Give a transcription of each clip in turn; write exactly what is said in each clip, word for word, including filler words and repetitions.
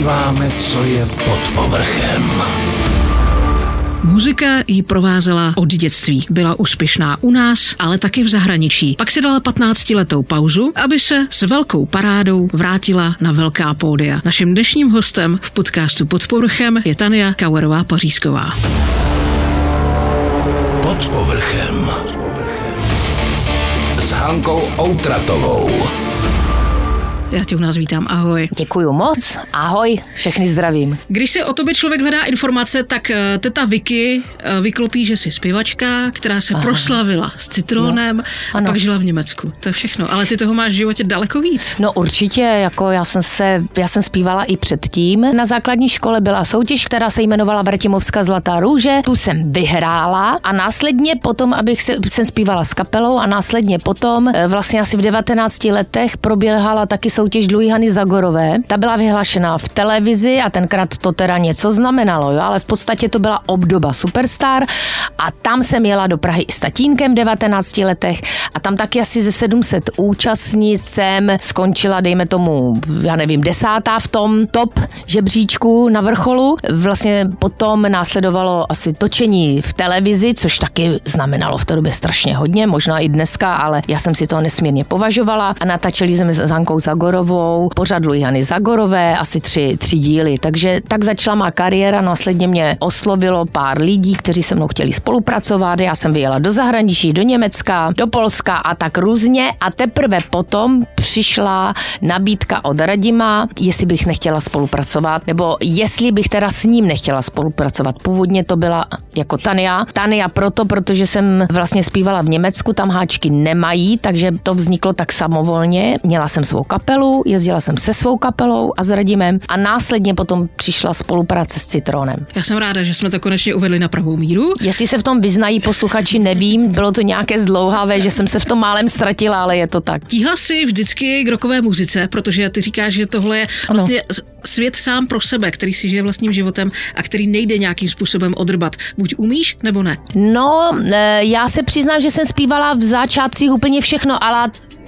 rozkrýváme, co je pod povrchem. Muzika jí provázela od dětství. Byla úspěšná u nás, ale taky v zahraničí. Pak si dala patnáctiletou pauzu, aby se s velkou parádou vrátila na velká pódia. Naším dnešním hostem v podcastu Pod povrchem je Tania Kauerová-Pařízková. Pod povrchem. S Hankou Outratovou. Já tě u nás vítám, ahoj. Děkuju moc, ahoj, všechny zdravím. Když si o tobě člověk hledá informace, tak teta Vicky vyklopí, že jsi zpěvačka, která se Aha. proslavila s Citronem no, a pak žila v Německu. To je všechno, ale ty toho máš v životě daleko víc. No určitě, jako já jsem se, já jsem zpívala i předtím. Na základní škole byla soutěž, která se jmenovala Vratimovská Zlatá růže. Tu jsem vyhrála a následně potom, abych se, jsem zpívala s kapelou a následně potom vlastně asi v devatenácti letech proběhala taky soutěž Dluhy Hany Zagorové. Ta byla vyhlášená v televizi a tenkrát to teda něco znamenalo, jo? Ale v podstatě to byla obdoba Superstar a tam jsem jela do Prahy i s tatínkem v devatenácti letech a tam taky asi ze sedm set účastnic jsem skončila, dejme tomu, já nevím, desátá v tom top žebříčku na vrcholu. Vlastně potom následovalo asi točení v televizi, což taky znamenalo v té době strašně hodně, možná i dneska, ale já jsem si to nesmírně považovala a natáčeli jsme s Hankou Zagorovou pořadu Hany Zagorové, asi tři, tři díly. Takže tak začala má kariéra, následně mě oslovilo pár lidí, kteří se mnou chtěli spolupracovat. Já jsem vyjela do zahraničí, do Německa, do Polska a tak různě a teprve potom přišla nabídka od Radima, jestli bych nechtěla spolupracovat, nebo jestli bych teda s ním nechtěla spolupracovat. Původně to byla jako Tania. Tania proto, protože jsem vlastně zpívala v Německu, tam háčky nemají, takže to vzniklo tak samovolně. Měla jsem svou kapelu, jezdila jsem se svou kapelou a s Radimem a následně potom přišla spolupráce s Citronem. Já jsem ráda, že jsme to konečně uvedli na pravou míru. Jestli se v tom vyznají posluchači, nevím, bylo to nějaké zdlouhavé, že jsem se v tom málem ztratila, ale je to tak. Tíhla si vždycky k rockové muzice, protože ty říkáš, že tohle je vlastně ano. svět sám pro sebe, který si žije vlastním životem a který nejde nějakým způsobem odrbat. Buď umíš, nebo ne? No, já se přiznám, že jsem zpívala v začátcích úplně všechno, ale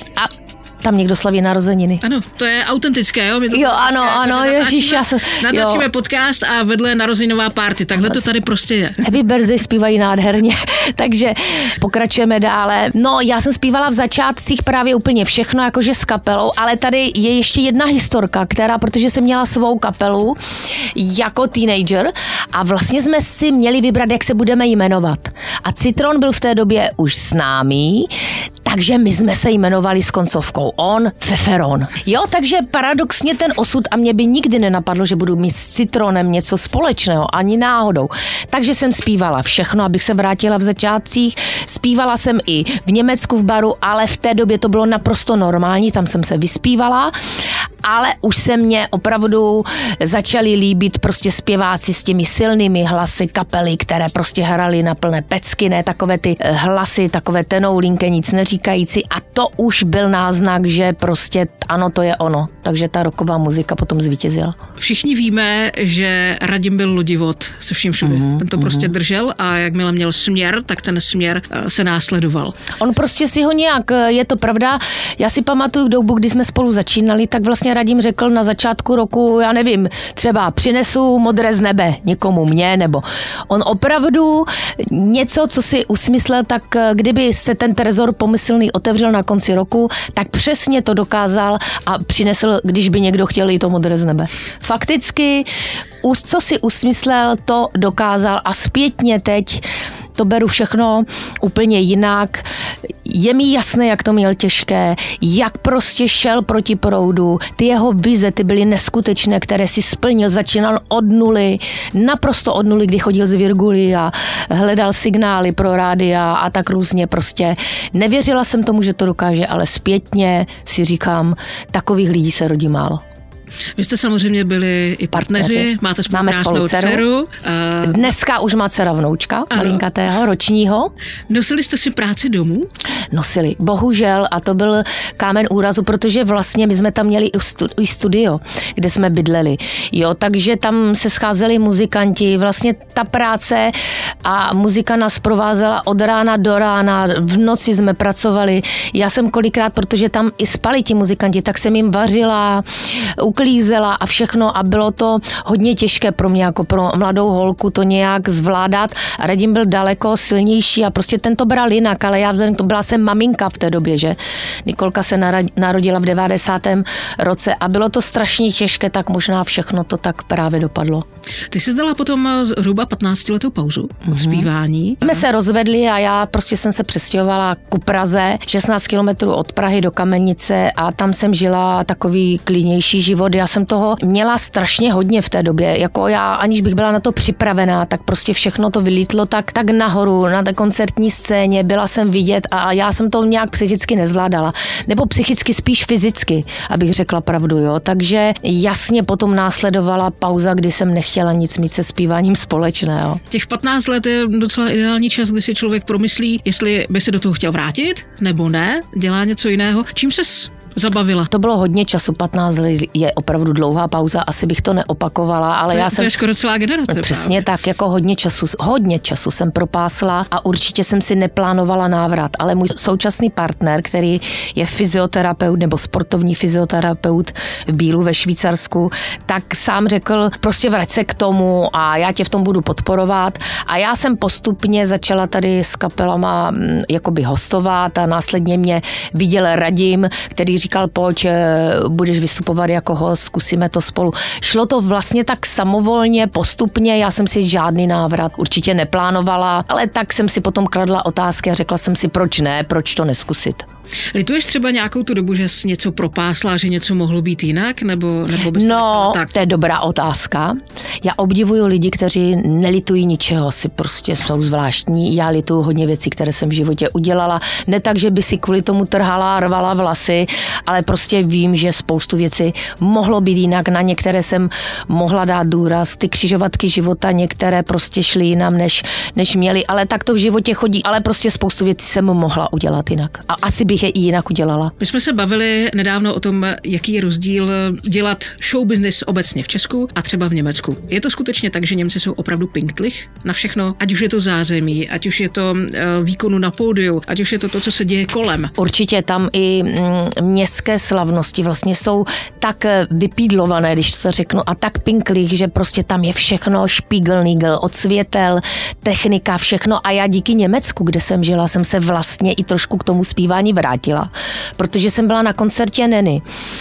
a tam někdo slaví narozeniny. Ano, to je autentické, jo? Jo, ano, ano, ježiš, já se... Natáčíme podcast a vedle narozeninová party, takhle to tady prostě je. Happy birthday zpívají nádherně, takže pokračujeme dále. No, já jsem zpívala v začátcích právě úplně všechno, jakože s kapelou, ale tady je ještě jedna historka, která, protože jsem měla svou kapelu jako teenager a vlastně jsme si měli vybrat, jak se budeme jmenovat. A Citron byl v té době už známý, takže my jsme se jmenovali s koncovkou on, Feferon. Jo, takže paradoxně ten osud a mě by nikdy nenapadlo, že budu mít s Citronem něco společného, ani náhodou. Takže jsem zpívala všechno, abych se vrátila v začátcích. Zpívala jsem i v Německu v baru, ale v té době to bylo naprosto normální, tam jsem se vyspívala. Ale už se mě opravdu začali líbit prostě zpěváci s těmi silnými hlasy, kapely, které prostě hraly na plné pecky, ne takové ty hlasy, takové tenoulinké, nic neříkající a to už byl náznak, že prostě ano, to je ono. Takže ta rocková muzika potom zvítězila. Všichni víme, že Radim byl lodivot se vším všude. Mm-hmm, ten to mm-hmm. prostě držel a jakmile měl směr, tak ten směr se následoval. On prostě si ho nějak, je to pravda, já si pamatuju k dobu, kdy jsme spolu začínali, tak vlastně Radim řekl na začátku roku, já nevím, třeba přinesu modré z nebe někomu, mě, nebo on opravdu něco, co si usmyslel, tak kdyby se ten trezor pomyslný otevřel na konci roku, tak přesně to dokázal a přinesl, když by někdo chtěl i to modré z nebe. Fakticky, co si usmyslel, to dokázal a zpětně teď to beru všechno úplně jinak. Je mi jasné, jak to měl těžké, jak prostě šel proti proudu. Ty jeho vize, ty byly neskutečné, které si splnil, začínal od nuly, naprosto od nuly, kdy chodil z Virguly a hledal signály pro rádia a tak různě prostě. Nevěřila jsem tomu, že to dokáže, ale zpětně si říkám, takových lidí se rodí málo. Vy jste samozřejmě byli i partneři, partneři. Máte spolu krásnou dceru. Dneska už má dcera vnoučka, malinkatého, ročního. Nosili jste si práci domů? Nosili, bohužel, a to byl kámen úrazu, protože vlastně my jsme tam měli i studio, kde jsme bydleli. Jo, takže tam se scházeli muzikanti, vlastně ta práce a muzika nás provázela od rána do rána, v noci jsme pracovali. Já jsem kolikrát, protože tam i spali ti muzikanti, tak jsem jim vařila, uklízela a všechno a bylo to hodně těžké pro mě jako pro mladou holku to nějak zvládat. Radim byl daleko silnější a prostě ten to bral jinak, ale já vzhledem to byla jsem maminka v té době, že Nikolka se narodila v devadesátém roce a bylo to strašně těžké, tak možná všechno to tak právě dopadlo. Ty jsi dala potom zhruba patnáctiletou pauzu od zpívání. Jsme se rozvedli a já prostě jsem se přestěhovala ku Praze, šestnáct kilometrů od Prahy do Kamenice a tam jsem žila takový klidnější život. Já jsem toho měla strašně hodně v té době, jako já, aniž bych byla na to připravená, tak prostě všechno to vylítlo tak, tak nahoru, na té koncertní scéně, byla jsem vidět a já jsem to nějak psychicky nezvládala. Nebo psychicky spíš fyzicky, abych řekla pravdu, jo. Takže jasně potom následovala pauza, kdy jsem nechtěla nic mít se zpíváním společného. Těch patnáct let je docela ideální čas, kdy si člověk promyslí, jestli by se do toho chtěl vrátit, nebo ne, dělá něco jiného. Čím ses zabavila? To bylo hodně času, patnáct let je opravdu dlouhá pauza, asi bych to neopakovala, ale to, já to jsem... je skoro celá generace. Přesně právě. Tak, jako hodně času, hodně času jsem propásla a určitě jsem si neplánovala návrat, ale můj současný partner, který je fyzioterapeut nebo sportovní fyzioterapeut v Bílu ve Švýcarsku, tak sám řekl, prostě vrať se k tomu a já tě v tom budu podporovat a já jsem postupně začala tady s kapelama jakoby hostovat a následně mě viděl Radim, který říkal, pojď, budeš vystupovat jako host, zkusíme to spolu. Šlo to vlastně tak samovolně, postupně, já jsem si žádný návrat určitě neplánovala, ale tak jsem si potom kladla otázky a řekla jsem si, proč ne, proč to neskusit. Lituješ třeba nějakou tu dobu, že jsi něco propásla, že něco mohlo být jinak, nebo, nebo bys No, tak? To je dobrá otázka. Já obdivuju lidi, kteří nelitují ničeho, si prostě jsou zvláštní. Já lituju hodně věcí, které jsem v životě udělala. Ne tak, že by si kvůli tomu trhala a rvala vlasy, ale prostě vím, že spoustu věcí mohlo být jinak. Na některé jsem mohla dát důraz. Ty křižovatky života, některé prostě šly jinam, než, než měly, ale tak to v životě chodí. Ale prostě spoustu věcí jsem mohla udělat jinak. A asi bych je i jinak udělala. My jsme se bavili nedávno o tom, jaký je rozdíl dělat show business obecně v Česku a třeba v Německu. Je to skutečně tak, že Němci jsou opravdu pinktlich na všechno, ať už je to zázemí, ať už je to výkonu na pódiu, ať už je to to, co se děje kolem. Určitě tam i městské slavnosti vlastně jsou tak vypídlované, když to řeknu, a tak pinklich, že prostě tam je všechno špígelnýgl, od světel, technika, všechno a já díky Německu, kde jsem žila, jsem se vlastně i trošku k tomu zpívání vrátila, protože jsem byla na koncertě Neny.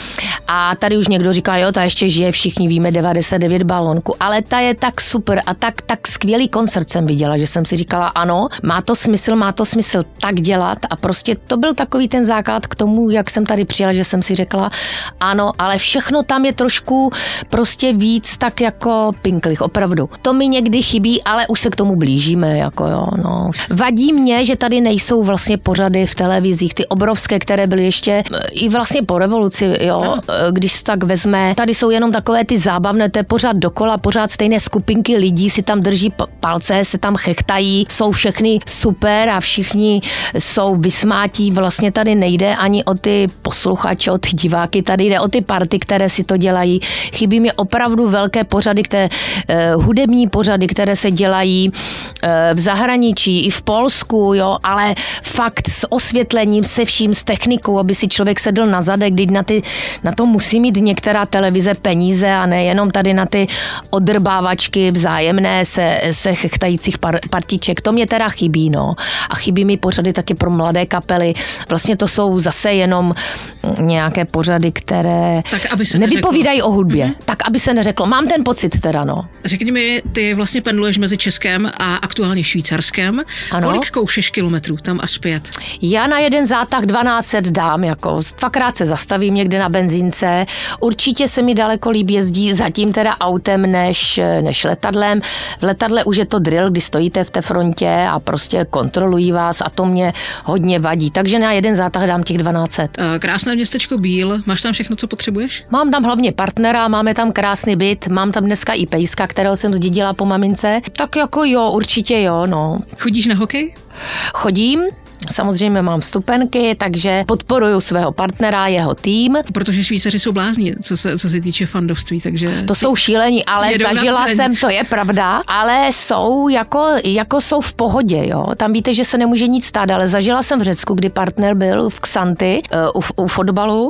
A tady už někdo říká, jo, ta ještě žije, všichni víme, devadesát devět balónku, ale ta je tak super a tak, tak skvělý koncert jsem viděla, že jsem si říkala, ano, má to smysl, má to smysl tak dělat a prostě to byl takový ten základ k tomu, jak jsem tady přijela, že jsem si řekla, ano, ale všechno tam je trošku prostě víc tak jako pinklich, opravdu. To mi někdy chybí, ale už se k tomu blížíme, jako jo, no. Vadí mě, že tady nejsou vlastně pořady v televizích, ty obrovské, které byly ještě i vlastně po revoluci, jo, když se tak vezme. Tady jsou jenom takové ty zábavné, to je pořád dokola, pořád stejné skupinky lidí si tam drží palce, se tam chechtají, jsou všechny super a všichni jsou vysmátí. Vlastně tady nejde ani o ty posluchače, o ty diváky, tady jde o ty party, které si to dělají. Chybí mi opravdu velké pořady, které, uh, hudební pořady, které se dělají uh, v zahraničí, i v Polsku, jo, ale fakt s osvětlením, se vším, s technikou, aby si člověk sedl na zadek, když na, ty, na to musí mít některá televize peníze a ne jenom tady na ty odrbávačky vzájemné se, se chechtajících par, partiček. To mě teda chybí, no. A chybí mi pořady taky pro mladé kapely. Vlastně to jsou zase jenom nějaké pořady, které tak, aby se nevypovídají neřeklo. O hudbě. Mm-hmm. Tak, aby se neřeklo. Mám ten pocit teda, no. Řekni mi, ty vlastně pendluješ mezi Českem a aktuálně Švýcarskem. Ano. Kolik koušeš kilometrů tam a zpět? Já na jeden zátah dvanáct set dám, jako dvakrát se zastavím někde na benzínce. Určitě se mi daleko líp jezdí zatím teda autem než, než letadlem. V letadle už je to drill, kdy stojíte v té frontě a prostě kontrolují vás a to mě hodně vadí. Takže na jeden zátah dám těch dvanáct set. Krásné městečko Bíl, máš tam všechno, co potřebuješ? Mám tam hlavně partnera, máme tam krásný byt, mám tam dneska i pejska, kterého jsem zdědila po mamince. Tak jako jo, určitě jo, no. Chodíš na hokej? Chodím. Samozřejmě mám vstupenky, takže podporuju svého partnera, jeho tým. Protože Švýcaři jsou blázni, co se, co se týče fandovství, takže... To jsou šílení, ale zažila jsem, to je pravda, ale jsou jako, jako jsou v pohodě, jo. Tam víte, že se nemůže nic stát, ale zažila jsem v Řecku, kdy partner byl v Xanty u, u fotbalu a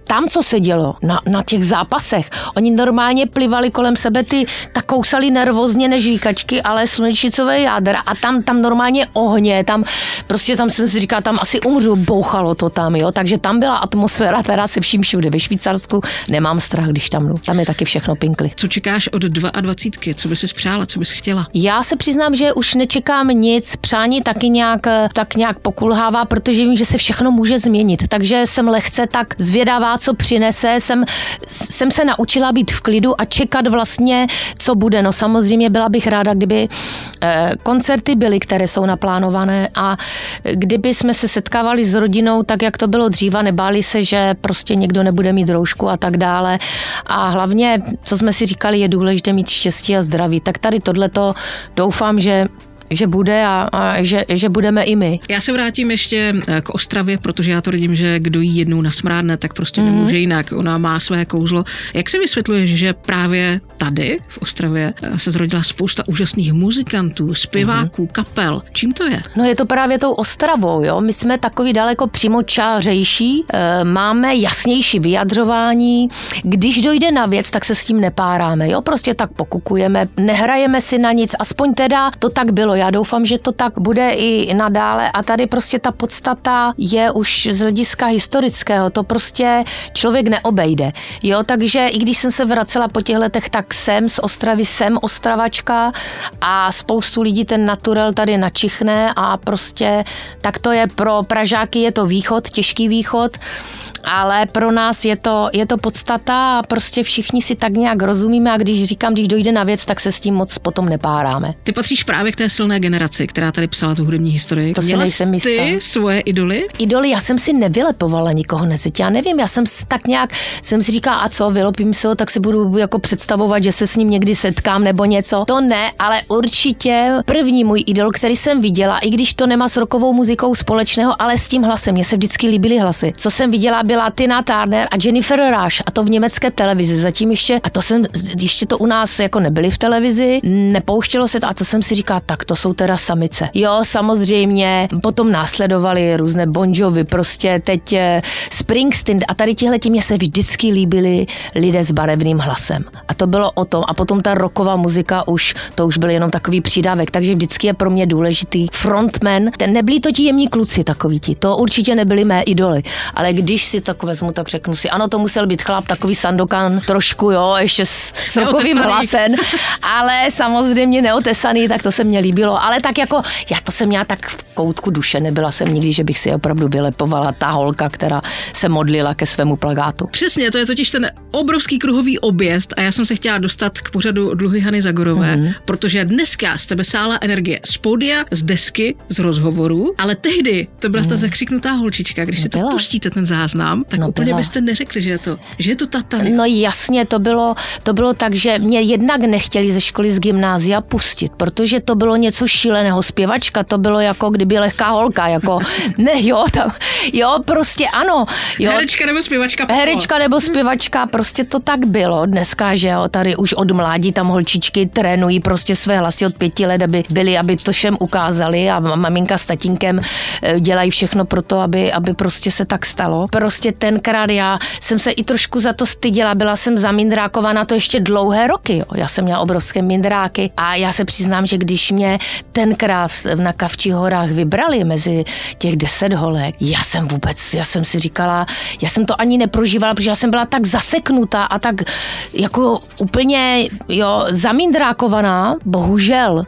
tam, co se dělo na, na těch zápasech, oni normálně plivali kolem sebe, ty tak kousali nervózně než výkačky, ale slunečnicové jádra a tam, tam normálně ohně, tam prostě tam jsem si říkala, tam asi umřu, bouchalo to tam, jo, takže tam byla atmosféra teda se vším všude. Ve Švýcarsku nemám strach, když tam jdu, tam je taky všechno pinkly. Co čekáš od dvacítky? Co bys si přála, co bys chtěla? Já se přiznám, že už nečekám nic, přání taky nějak, tak nějak pokulhává, protože vím, že se všechno může změnit, takže jsem lehce tak zvědavá, co přinese, jsem, jsem se naučila být v klidu a čekat vlastně, co bude. No samozřejmě byla bych ráda, kdyby eh, koncerty byly, které jsou naplánované a kdyby jsme se setkávali s rodinou tak, jak to bylo dříva, nebáli se, že prostě někdo nebude mít roušku a tak dále. A hlavně, co jsme si říkali, je důležité mít štěstí a zdraví. Tak tady tohleto doufám, že že bude a, a že, že budeme i my. Já se vrátím ještě k Ostravě, protože já to vidím, že kdo jí jednou nasmrádne, tak prostě mm. nemůže jinak. Ona má své kouzlo. Jak si vysvětluješ, že právě tady v Ostravě se zrodila spousta úžasných muzikantů, zpěváků, mm. kapel? Čím to je? No je to právě tou Ostravou, jo. My jsme takový daleko přímočářejší, e, máme jasnější vyjadřování. Když dojde na věc, tak se s tím nepáráme, jo. Prostě tak pokukujeme, nehrajeme si na nic, aspoň teda to tak bylo. Já doufám, že to tak bude i nadále a tady prostě ta podstata je už z hlediska historického, to prostě člověk neobejde. Jo, takže i když jsem se vracela po těch letech, tak jsem z Ostravy, jsem Ostravačka a spoustu lidí ten naturel tady načichne a prostě tak to je pro Pražáky, je to východ, těžký východ, ale pro nás je to, je to podstata a prostě všichni si tak nějak rozumíme a když říkám, když dojde na věc, tak se s tím moc potom nepáráme. Ty patříš právě k té silné generaci, která tady psala tu hudební historii. To si nejsem jistá. Ty svoje idoly? Idoly, já jsem si nevylepovala nikoho nezetě, já nevím, já jsem tak nějak, jsem si říkala, a co, vylepím se ho, tak si budu jako představovat, že se s ním někdy setkám nebo něco. To ne, ale určitě první můj idol, který jsem viděla, i když to nemá s rockovou muzikou společného, ale s tím hlasem, mně se vždycky líbily hlasy. Co jsem viděla, byla Tina Turner a Jennifer Rush a to v německé televizi. Zatím ještě, a to jsem, ještě to u nás jako nebyli v televizi, nepouštělo se to a co jsem si říkala, tak to jsou teda samice. Jo, samozřejmě, potom následovali různé Bon Jovi, prostě teď Springsteen a tady tihleti mě se vždycky líbili lidé s barevným hlasem. A to bylo o tom. A potom ta rocková muzika už, to už byl jenom takový přídavek, takže vždycky je pro mě důležitý frontman. Ten nebyli to ti jemní kluci takový ti, to určitě nebyli mé idoly, ale když si tak vezmu, tak řeknu si, ano, to musel být chlap, takový Sandokan, trošku, jo, ještě s, s rockovým hlasem, ale samozřejmě neotesaný, tak to se mně líbilo, ale tak jako, já to jsem měla tak v koutku duše, nebyla jsem nikdy, že bych si opravdu vylepovala ta holka, která se modlila ke svému plakátu. Přesně, to je totiž ten obrovský kruhový objezd a já jsem se chtěla dostat k pořadu Dluhy Hany Zagorové, mm-hmm. protože dneska z tebe sála energie z pódia, z desky, z rozhovorů, ale tehdy to byla mm. ta zakřiknutá holčička, když si to pustíte ten záznam, tak no úplně byla. Byste neřekli, že je to, že je to ta Tania. No jasně, to bylo, to bylo tak, že mě jednak nechtěli ze školy z gymnázia pustit, protože to bylo něco šíleného. Zpěvačka, to bylo jako kdyby lehká holka, jako ne, jo, tam, jo, prostě ano. Jo. Herečka nebo zpěvačka. Herečka nebo zpěvačka, prostě to tak bylo. Dneska, že jo, tady už od mládí tam holčičky trénují prostě své hlasy od pěti let, aby byly, aby to všem ukázali a maminka s tatínkem dělají všechno pro to, aby, aby prostě se tak stalo. Prostě tenkrát já jsem se i trošku za to styděla, byla jsem zamindrákovaná to ještě dlouhé roky, jo. Já jsem měla obrovské mindráky a já se přiznám, že když mě tenkrát na Kavčích horách vybrali mezi těch deset holek, já jsem vůbec, já jsem si říkala, já jsem to ani neprožívala, protože já jsem byla tak zaseknutá a tak jako úplně, jo, zamindrákovaná, bohužel,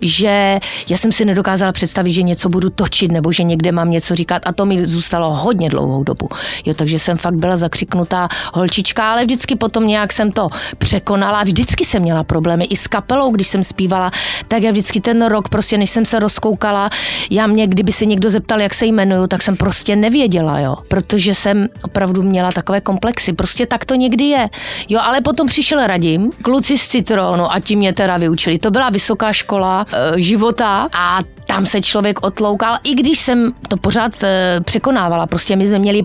že já jsem si nedokázala představit, že něco budu točit nebo že někde mám něco říkat a to mi zůstalo hodně dlouhou dobu. Jo, takže jsem fakt byla zakřiknutá holčička, ale vždycky potom nějak jsem to překonala. Vždycky jsem měla problémy i s kapelou, když jsem zpívala, tak já vždycky ten rok, prostě než jsem se rozkoukala, já mě, kdyby se někdo zeptal, jak se jmenuju, tak jsem prostě nevěděla, jo, protože jsem opravdu měla takové komplexy, prostě tak to někdy je. Jo, ale potom přišel Radim, kluci z Citronu a ti mě teda vyučili. To byla vysoká škola e, života a tam se člověk otloukal, i když jsem to pořád e, překonávala, prostě my jsme měli plné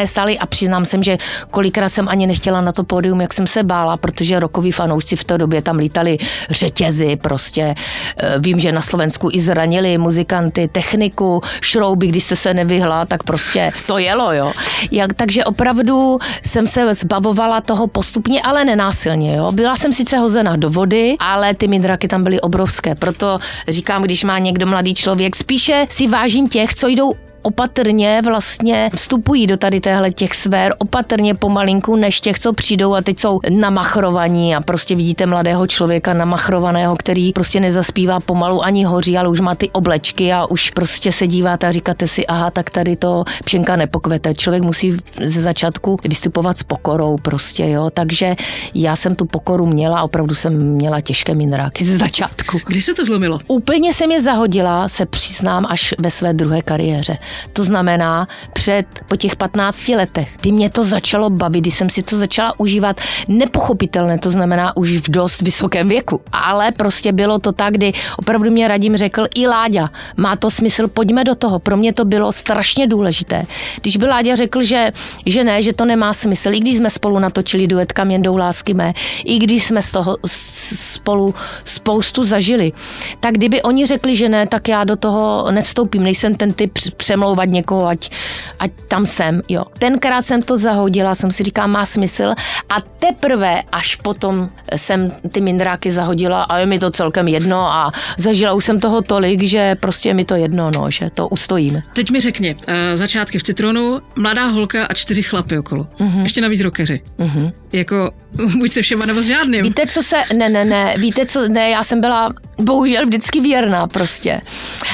plesali a přiznám jsem, že kolikrát jsem ani nechtěla na to pódium, jak jsem se bála, protože rockoví fanoušci v té době tam lítali řetězy prostě. Vím, že na Slovensku i zranili muzikanty, techniku, šrouby, když jste se nevyhla, tak prostě to jelo, jo. Jak, takže opravdu jsem se zbavovala toho postupně, ale nenásilně, jo. Byla jsem sice hozena do vody, ale ty midraky tam byly obrovské, proto říkám, když má někdo mladý člověk, spíše si vážím těch, co jdou opatrně vlastně vstupují do tady téhle těch sfér, opatrně pomalinku, než těch, co přijdou a teď jsou namachrovaní a prostě vidíte mladého člověka namachrovaného, který prostě nezaspívá pomalu ani hoří, ale už má ty oblečky a už prostě se díváte a říkáte si, aha, tak tady to pšenka nepokvete. Člověk musí ze začátku vystupovat s pokorou prostě, jo, takže já jsem tu pokoru měla, opravdu jsem měla těžké mindráky ze začátku. Kdy se to zlomilo? Úplně jsem je zahodila, se přiznám, až ve své druhé kariéře. To znamená před, po těch patnácti letech, kdy mě to začalo bavit, kdy jsem si to začala užívat, nepochopitelné, to znamená už v dost vysokém věku. Ale prostě bylo to tak, kdy opravdu mě Radim řekl, i Láďa, má to smysl, pojďme do toho. Pro mě to bylo strašně důležité. Když by Láďa řekl, že, že ne, že to nemá smysl, i když jsme spolu natočili duet Kam jen jdou lásky mé, i když jsme z toho spolu spoustu zažili, tak kdyby oni řekli, že ne, tak já do toho nevstoupím, nejsem ten typ přemlouvat někoho, ať, ať tam jsem, jo. Tenkrát jsem to zahodila, jsem si říkala, má smysl a teprve až potom jsem ty mindráky zahodila a je mi to celkem jedno a zažila už jsem toho tolik, že prostě je mi to jedno, no, že to ustojím. Teď mi řekni, uh, začátky v Citronu, mladá holka a čtyři chlapy okolo. Uh-huh. Ještě navíc rockeři. Uh-huh. Jako buď se všema nebo s žádným. Víte, co se, ne, ne, ne, víte, co, ne, já jsem byla bohužel vždycky věrná prostě,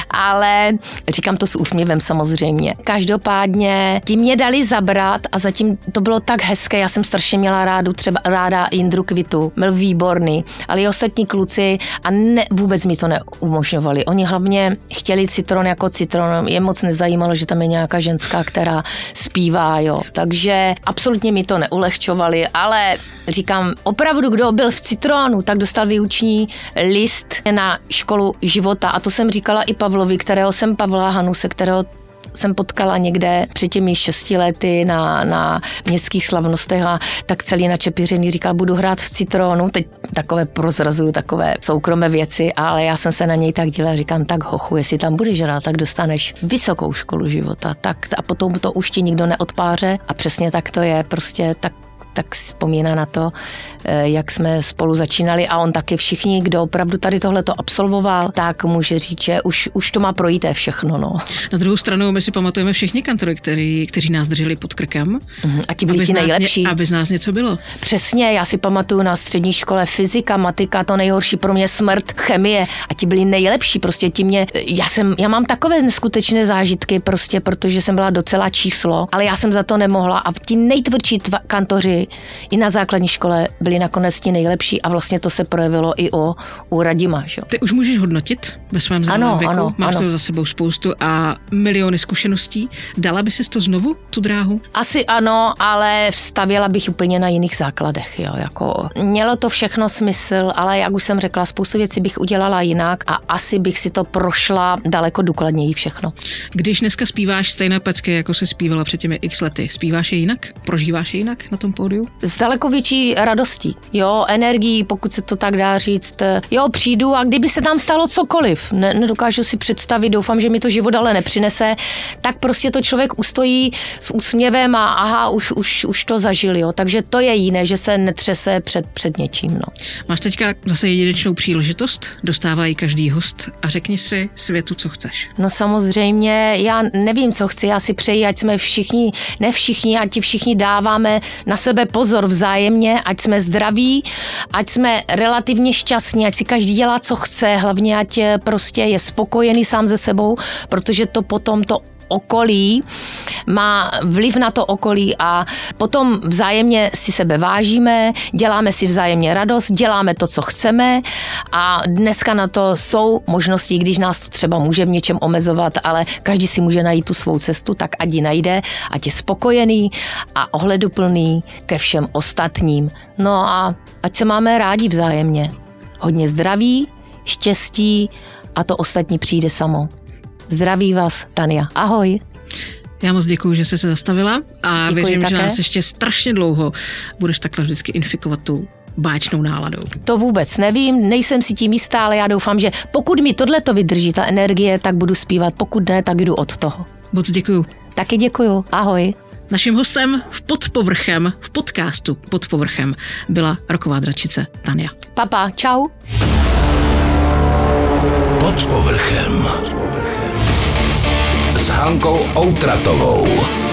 ale říkám to s úsměvem samozřejmě. Každopádně ti mě dali zabrat a zatím to bylo tak hezké, já jsem strašně měla rádu, třeba ráda Jindru Kvitu, byl výborný, ale i ostatní kluci a ne, vůbec mi to neumožňovali. Oni hlavně chtěli Citron jako Citron, je moc nezajímalo, že tam je nějaká ženská, která zpívá, jo. Takže absolutně mi to neulehčovali, ale říkám, opravdu, kdo byl v Citronu, tak dostal výuční list na školu života a to jsem říkala i Pavlovi, kterého jsem Pavla Hanuse, kterého jsem potkala někde před těmi šesti lety na, na městských slavnostech a tak celý načepířený říkal, budu hrát v Citronu, teď takové prozrazuju, takové soukromé věci, ale já jsem se na něj tak dívala, říkám, tak hochu, jestli tam budeš hrát, tak dostaneš vysokou školu života, tak a potom to už ti nikdo neodpáře a přesně tak to je, prostě tak tak vzpomíná na to, jak jsme spolu začínali a on taky všichni, kdo opravdu tady tohleto absolvoval, tak může říct, že už, už to má projít všechno. No. Na druhou stranu my si pamatujeme všichni kantory, kteří, kteří nás drželi pod krkem. Uh-huh. A ti byli ti nejlepší. Ně, aby z nás něco bylo. Přesně, já si pamatuju na střední škole fyzika, matika, to nejhorší pro mě smrt, chemie a ti byli nejlepší, prostě ti mě, já jsem, já mám takové neskutečné zážitky prostě, protože jsem byla docela číslo, ale já jsem za to nemohla a ti nejtvrdší tva- kantoři i na základní škole byli nakonec ti nejlepší a vlastně to se projevilo i o, u Radima. Že? Ty už můžeš hodnotit ve svém zralém věku, ano, máš ano. toho za sebou spoustu a miliony zkušeností. Dala by ses to znovu, tu dráhu? Asi ano, ale vstavěla bych úplně na jiných základech. Jo? Jako, mělo to všechno smysl, ale jak už jsem řekla, spoustu věcí bych udělala jinak a asi bych si to prošla daleko důkladněji všechno. Když dneska zpíváš stejné pecky, jako se zpívala před těmi x lety, zpíváš je jinak? Prožíváš je jinak na tom pódiu? S daleko větší radostí, jo, energií, pokud se to tak dá říct. Jo, přijdu a kdyby se tam stalo cokoliv, ne, nedokážu si představit, doufám, že mi to život ale nepřinese, tak prostě to člověk ustojí s úsměvem a aha, už, už, už to zažil, jo. Takže to je jiné, že se netřese před, před něčím, no. Máš teďka zase jedinečnou příležitost, dostává ji každý host a řekni si světu, co chceš. No samozřejmě, já nevím, co chci, já si přeji, ať jsme všichni, ne všichni, ať ti všichni dáváme na sebe pozor vzájemně, ať jsme zdraví, ať jsme relativně šťastní, ať si každý dělá, co chce, hlavně ať prostě je spokojený sám se sebou, protože to potom to okolí má vliv na to okolí a potom vzájemně si sebe vážíme, děláme si vzájemně radost, děláme to, co chceme a dneska na to jsou možnosti, když nás to třeba může v něčem omezovat, ale každý si může najít tu svou cestu, tak ať ji najde, ať je spokojený a ohleduplný ke všem ostatním. No a ať se máme rádi vzájemně. Hodně zdraví, štěstí a to ostatní přijde samo. Zdraví vás, Tania. Ahoj. Já moc děkuju, že jsi se zastavila a Děkuji věřím, také. že nás ještě strašně dlouho budeš takhle vždycky infikovat tu báječnou náladou. To vůbec nevím, nejsem si tím jistá, ale já doufám, že pokud mi tohleto vydrží ta energie, tak budu zpívat, pokud ne, tak jdu od toho. Moc děkuju. Taky děkuju, ahoj. Naším hostem v Pod povrchem, v podcastu Pod povrchem byla rocková dračice Tania. Papa, čau. Pod povrchem. S Hankou Outratovou.